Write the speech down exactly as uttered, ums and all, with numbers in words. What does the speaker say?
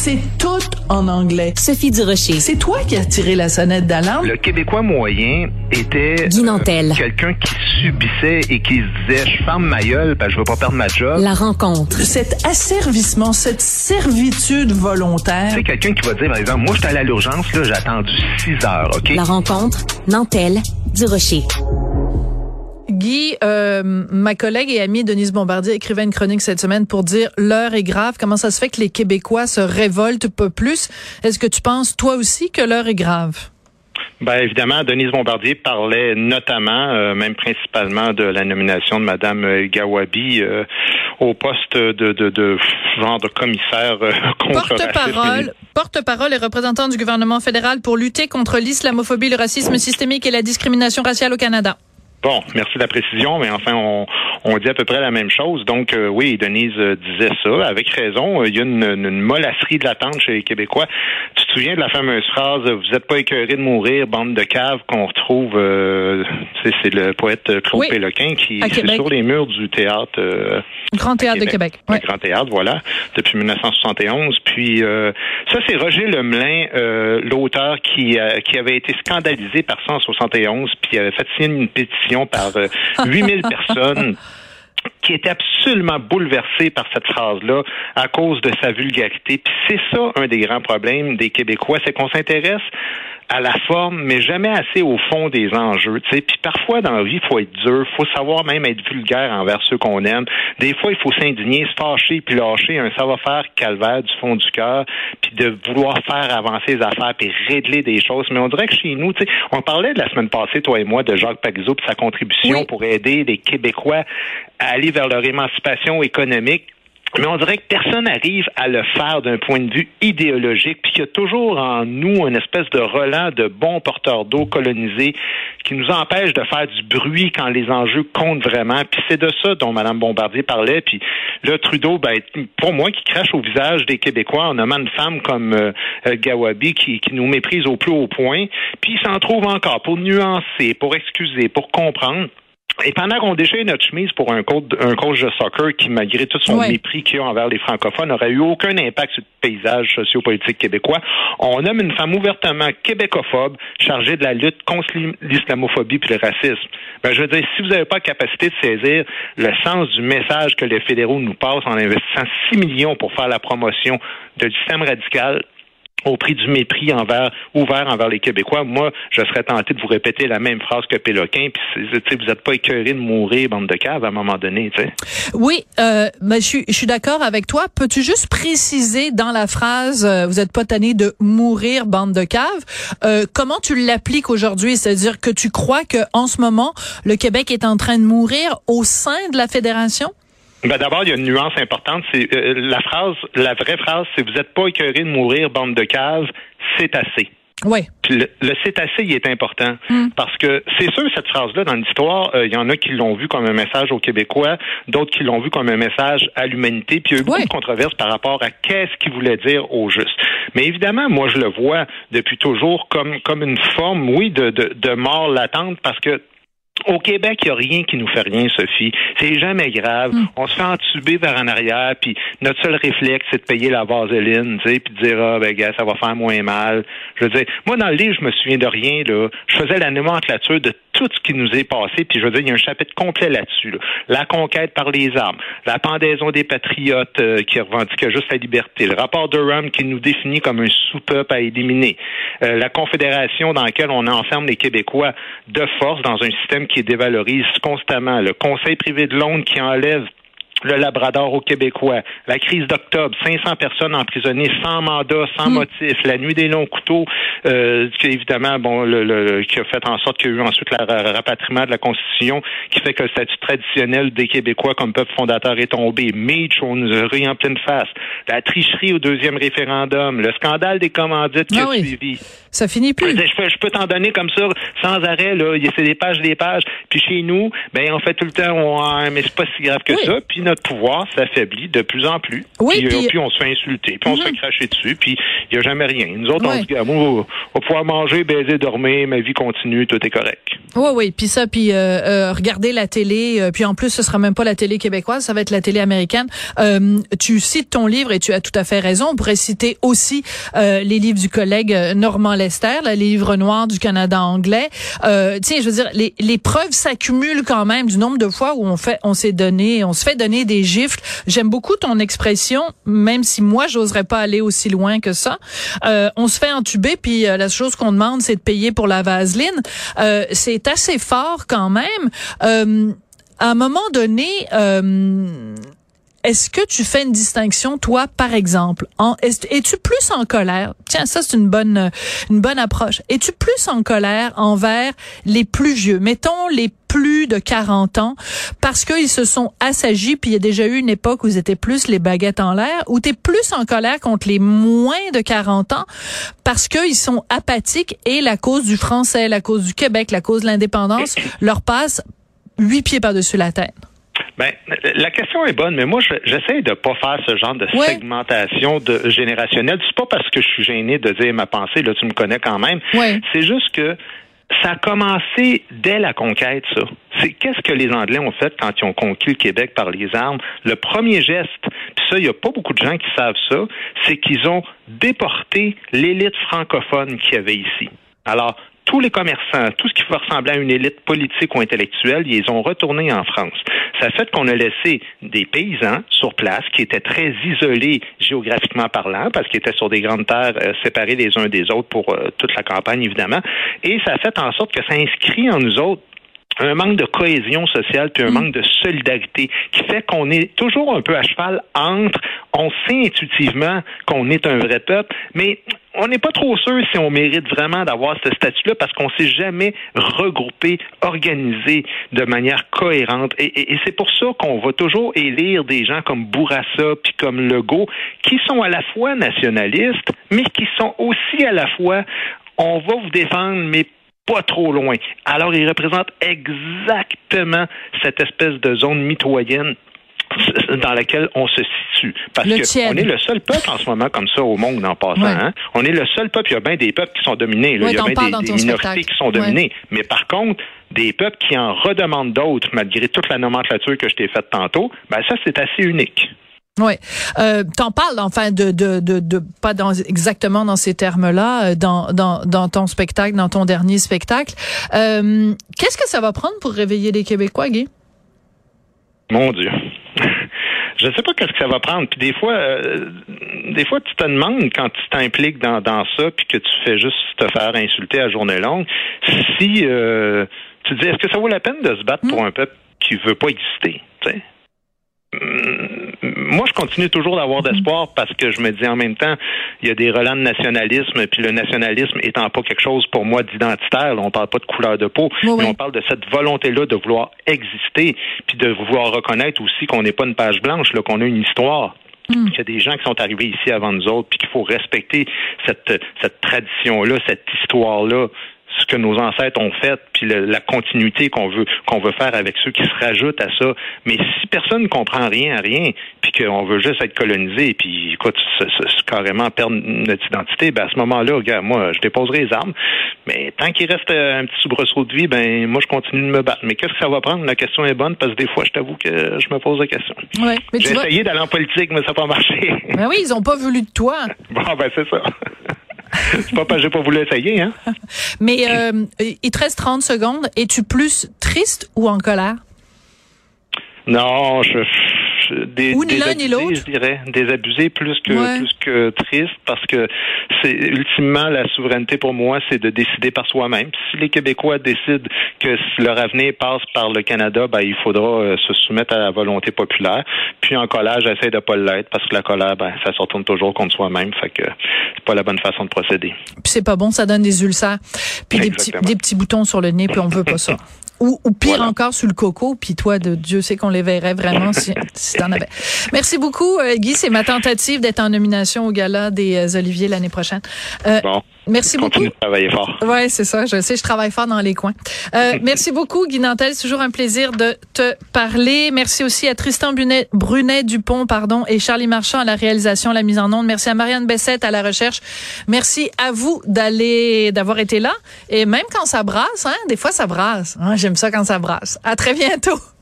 C'est tout en anglais. Sophie Durocher. C'est toi qui as tiré la sonnette d'alarme. Le Québécois moyen était Guy Nantel. Euh, quelqu'un qui subissait et qui se disait « je ferme ma gueule parce que je veux pas perdre ma job ». La rencontre. Cet asservissement, cette servitude volontaire. C'est quelqu'un qui va dire, par exemple, moi, j'étais allé à l'urgence, là, j'ai attendu six heures, OK? La rencontre. Nantel. Durocher. Guy, euh, ma collègue et amie Denise Bombardier écrivait une chronique cette semaine pour dire l'heure est grave. Comment ça se fait que les Québécois se révoltent pas plus? Est-ce que tu penses, toi aussi, que l'heure est grave? Ben évidemment, Denise Bombardier parlait notamment, euh, même principalement, de la nomination de Mme Gawabi euh, au poste de, de, de genre de commissaire euh, contre porte-parole, porte-parole et représentant du gouvernement fédéral pour lutter contre l'islamophobie, le racisme systémique et la discrimination raciale au Canada. Bon, merci de la précision, mais enfin, on, on dit à peu près la même chose. Donc, euh, oui, Denise euh, disait ça, avec raison. Il y a une, une molasserie de l'attente chez les Québécois. Tu te souviens de la fameuse phrase « Vous n'êtes pas écœurés de mourir, bande de caves » qu'on retrouve, euh, c'est, c'est le poète Claude oui, Péloquin qui est sur les murs du théâtre... Euh, Grand Théâtre Québec, de Québec. Le oui. Grand Théâtre, voilà, depuis dix-neuf cent soixante et onze. Puis, euh, ça, c'est Roger Lemelin, euh, l'auteur qui, euh, qui avait été scandalisé par ça en soixante et onze, puis avait fait signer une pétition par euh, huit mille personnes qui étaient absolument bouleversées par cette phrase-là à cause de sa vulgarité. Puis c'est ça, un des grands problèmes des Québécois, c'est qu'on s'intéresse à la forme, mais jamais assez au fond des enjeux. Tu sais, puis parfois dans la vie, il faut être dur, il faut savoir même être vulgaire envers ceux qu'on aime. Des fois, il faut s'indigner, se fâcher, puis lâcher un savoir-faire calvaire du fond du cœur, puis de vouloir faire avancer les affaires, puis régler des choses. Mais on dirait que chez nous, tu sais, on parlait de la semaine passée, toi et moi, de Jacques Parizeau et sa contribution oui. pour aider les Québécois à aller vers leur émancipation économique. Mais on dirait que personne n'arrive à le faire d'un point de vue idéologique, puis qu'il y a toujours en nous une espèce de relent de bons porteurs d'eau colonisés qui nous empêche de faire du bruit quand les enjeux comptent vraiment. Puis c'est de ça dont Mme Bombardier parlait. Puis là, Trudeau, ben, pour moi, qui crache au visage des Québécois en nommant une femme comme euh, Gawabi qui, qui nous méprise au plus haut point. Puis il s'en trouve encore pour nuancer, pour excuser, pour comprendre. Et pendant qu'on déchire notre chemise pour un coach, un coach de soccer qui, malgré tout son ouais. mépris qu'il a envers les francophones, n'aurait eu aucun impact sur le paysage socio-politique québécois, on nomme une femme ouvertement québécophobe chargée de la lutte contre l'islamophobie puis le racisme. Ben, je veux dire, si vous n'avez pas la capacité de saisir le sens du message que les fédéraux nous passent en investissant six millions pour faire la promotion de l'islam radical, au prix du mépris envers, ouvert envers les Québécois, moi, je serais tenté de vous répéter la même phrase que Péloquin, puis vous n'êtes pas écœurés de mourir, bande de caves, à un moment donné, tu sais. Oui, euh, ben, je, je suis d'accord avec toi. Peux-tu juste préciser dans la phrase euh, « vous n'êtes pas tanné de mourir, bande de caves euh, », comment tu l'appliques aujourd'hui? C'est-à-dire que tu crois qu'en ce moment, le Québec est en train de mourir au sein de la Fédération? Ben d'abord, il y a une nuance importante. C'est euh, la phrase, la vraie phrase, c'est vous n'êtes pas écœurés de mourir, bande de caves, c'est assez. Oui. Puis le, le c'est assez, il est important. Mm. Parce que c'est sûr, cette phrase-là, dans l'histoire, il euh, y en a qui l'ont vu comme un message aux Québécois, d'autres qui l'ont vu comme un message à l'humanité, puis il y a eu beaucoup oui. de controverses par rapport à qu'est-ce qu'il voulait dire au juste. Mais évidemment, moi, je le vois depuis toujours comme, comme une forme, oui, de, de, de mort latente, parce que au Québec, il n'y a rien qui nous fait rien, Sophie. C'est jamais grave. Mm. On se fait entuber vers en arrière, puis notre seul réflexe, c'est de payer la vaseline, tu sais, puis de dire, ah, ben, gars, ça va faire moins mal. Je veux dire, moi, dans le livre, je me souviens de rien, là. Je faisais la nomenclature de tout ce qui nous est passé, puis je veux dire, il y a un chapitre complet là-dessus, là. La conquête par les armes, la pendaison des patriotes euh, qui revendiquaient juste la liberté, le rapport Durham qui nous définit comme un sous-peuple à éliminer, euh, la confédération dans laquelle on enferme les Québécois de force dans un système qui dévalorise constamment, le Conseil privé de Londres qui enlève le Labrador aux Québécois, la crise d'octobre, cinq cents personnes emprisonnées sans mandat, sans mmh. motif, la nuit des longs couteaux, euh, qui évidemment, bon, le, le, qui a fait en sorte qu'il y a eu ensuite le rapatriement de la Constitution, qui fait que le statut traditionnel des Québécois comme peuple fondateur est tombé. Mitch, on nous a ri en pleine face. La tricherie au deuxième référendum, le scandale des commandites qui ah a oui. suivi. Ça finit plus. Je, je, peux, je peux t'en donner comme ça, sans arrêt, là. C'est des pages, des pages. Puis chez nous, ben, on fait tout le temps, on, mais c'est pas si grave que oui. ça. Puis notre pouvoir s'affaiblit de plus en plus. Oui, puis, puis... Euh, puis on se fait insulter, puis on mm-hmm. se fait cracher dessus, puis il n'y a jamais rien. Nous autres, ouais. on se dit, ah, moi, on va pouvoir manger, baiser, dormir, ma vie continue, tout est correct. Oui, oui, puis ça, puis euh, euh, regarder la télé, euh, puis en plus, ce sera même pas la télé québécoise, ça va être la télé américaine. Euh, tu cites ton livre et tu as tout à fait raison. On pourrait citer aussi euh, les livres du collègue Normand Lester, là, les livres noirs du Canada anglais. Euh, tu sais, je veux dire, les, les preuves s'accumulent quand même du nombre de fois où on fait, on s'est donné, on se fait donner des gifles. J'aime beaucoup ton expression, même si moi, j'oserais pas aller aussi loin que ça. Euh, on se fait entuber, puis euh, la chose qu'on demande, c'est de payer pour la vaseline. Euh, c'est assez fort quand même. Euh, à un moment donné, euh, est-ce que tu fais une distinction, toi, par exemple, en, est, es-tu plus en colère? Tiens, ça, c'est une bonne, une bonne approche. Es-tu plus en colère envers les plus vieux? Mettons les plus de quarante ans, parce qu'ils se sont assagis, puis il y a déjà eu une époque où ils étaient plus les baguettes en l'air, ou t'es plus en colère contre les moins de quarante ans, parce qu'ils sont apathiques et la cause du français, la cause du Québec, la cause de l'indépendance leur passe huit pieds par-dessus la tête? Ben, la question est bonne, mais moi, j'essaie de pas faire ce genre de ouais. segmentation de générationnelle. C'est pas parce que je suis gêné de dire ma pensée, là, tu me connais quand même. Ouais. C'est juste que ça a commencé dès la conquête, ça. C'est qu'est-ce que les Anglais ont fait quand ils ont conquis le Québec par les armes? Le premier geste, puis ça, il n'y a pas beaucoup de gens qui savent ça, c'est qu'ils ont déporté l'élite francophone qu'il y avait ici. Alors, tous les commerçants, tout ce qui pouvait ressembler à une élite politique ou intellectuelle, ils ont retourné en France. Ça fait qu'on a laissé des paysans sur place qui étaient très isolés géographiquement parlant, parce qu'ils étaient sur des grandes terres euh, séparées les uns des autres pour euh, toute la campagne, évidemment. Et ça a fait en sorte que ça inscrit en nous autres un manque de cohésion sociale puis un mmh. manque de solidarité qui fait qu'on est toujours un peu à cheval entre, on sait intuitivement qu'on est un vrai peuple, mais on n'est pas trop sûr si on mérite vraiment d'avoir ce statut-là parce qu'on s'est jamais regroupé, organisé de manière cohérente. Et, et, et c'est pour ça qu'on va toujours élire des gens comme Bourassa puis comme Legault qui sont à la fois nationalistes, mais qui sont aussi à la fois, on va vous défendre, mais pas trop loin. Alors, ils représentent exactement cette espèce de zone mitoyenne dans laquelle on se situe. Parce qu'on est le seul peuple en ce moment comme ça au monde en passant. Ouais. Hein? On est le seul peuple, il y a bien des peuples qui sont dominés. Là. Ouais, il y a bien des, des minorités spectacle. qui sont dominées. Ouais. Mais par contre, des peuples qui en redemandent d'autres, malgré toute la nomenclature que je t'ai faite tantôt, ben ça, c'est assez unique. Oui, euh, t'en parles enfin de de de, de pas dans exactement dans ces termes-là dans dans dans ton spectacle, dans ton dernier spectacle. Euh, qu'est-ce que ça va prendre pour réveiller les Québécois, Guy? Mon Dieu. Je sais pas qu'est-ce que ça va prendre. Puis des fois, euh, des fois, tu te demandes quand tu t'impliques dans dans ça, puis que tu fais juste te faire insulter à journée longue, si euh, tu te dis est-ce que ça vaut la peine de se battre mmh. pour un peuple qui veut pas exister, tu sais? Moi, je continue toujours d'avoir d'espoir parce que je me dis en même temps, il y a des relents de nationalisme, puis le nationalisme étant pas quelque chose pour moi d'identitaire, là, on parle pas de couleur de peau, oui, mais oui. on parle de cette volonté-là de vouloir exister, puis de vouloir reconnaître aussi qu'on n'est pas une page blanche, là, qu'on a une histoire. Mm. Qu'il y a des gens qui sont arrivés ici avant nous autres, puis qu'il faut respecter cette, cette tradition-là, cette histoire-là, ce que nos ancêtres ont fait, puis le, la continuité qu'on veut qu'on veut faire avec ceux qui se rajoutent à ça. Mais si personne ne comprend rien à rien, puis qu'on veut juste être colonisé, puis écoute, c'est, c'est carrément perdre notre identité, ben à ce moment-là, regarde, moi, je déposerai les armes. Mais tant qu'il reste un petit soubresaut de vie, ben moi, je continue de me battre. Mais qu'est-ce que ça va prendre? La question est bonne, parce que des fois, je t'avoue que je me pose la question. Ouais, mais J'ai essayé vas... d'aller en politique, mais ça n'a pas marché. Ben oui, ils n'ont pas voulu de toi. Bon, ben c'est ça. C'est pas parce que j'ai pas voulu essayer, hein? Mais euh, il te reste trente secondes. Es-tu plus triste ou en colère? Non, je... Des, ou ni l'un ni l'autre, je dirais, désabusé plus que ouais. plus que triste, parce que c'est ultimement la souveraineté pour moi, c'est de décider par soi-même. Si les Québécois décident que leur avenir passe par le Canada, ben il faudra euh, se soumettre à la volonté populaire. Puis en colère, j'essaie de pas l'être, parce que la colère, ben ça se retourne toujours contre soi-même, fait que c'est pas la bonne façon de procéder. Puis c'est pas bon, ça donne des ulcères, puis des petits des petits boutons sur le nez, puis on veut pas ça. Ou, ou pire voilà. encore sur le coco, puis toi, de Dieu sait qu'on les verrait vraiment si, si t'en avais. Merci beaucoup, euh, Guy. C'est ma tentative d'être en nomination au gala des euh, Oliviers l'année prochaine. Euh, bon. Merci beaucoup. Continue de travailler fort. Ouais, c'est ça. Je sais, je travaille fort dans les coins. Euh, merci beaucoup, Guy Nantel. C'est toujours un plaisir de te parler. Merci aussi à Tristan Brunet, Brunet Dupont, pardon, et Charlie Marchand à la réalisation, à la mise en onde. Merci à Marianne Bessette à la recherche. Merci à vous d'aller, d'avoir été là. Et même quand ça brasse, hein, des fois ça brasse. Hein, j'aime ça quand ça brasse. À très bientôt.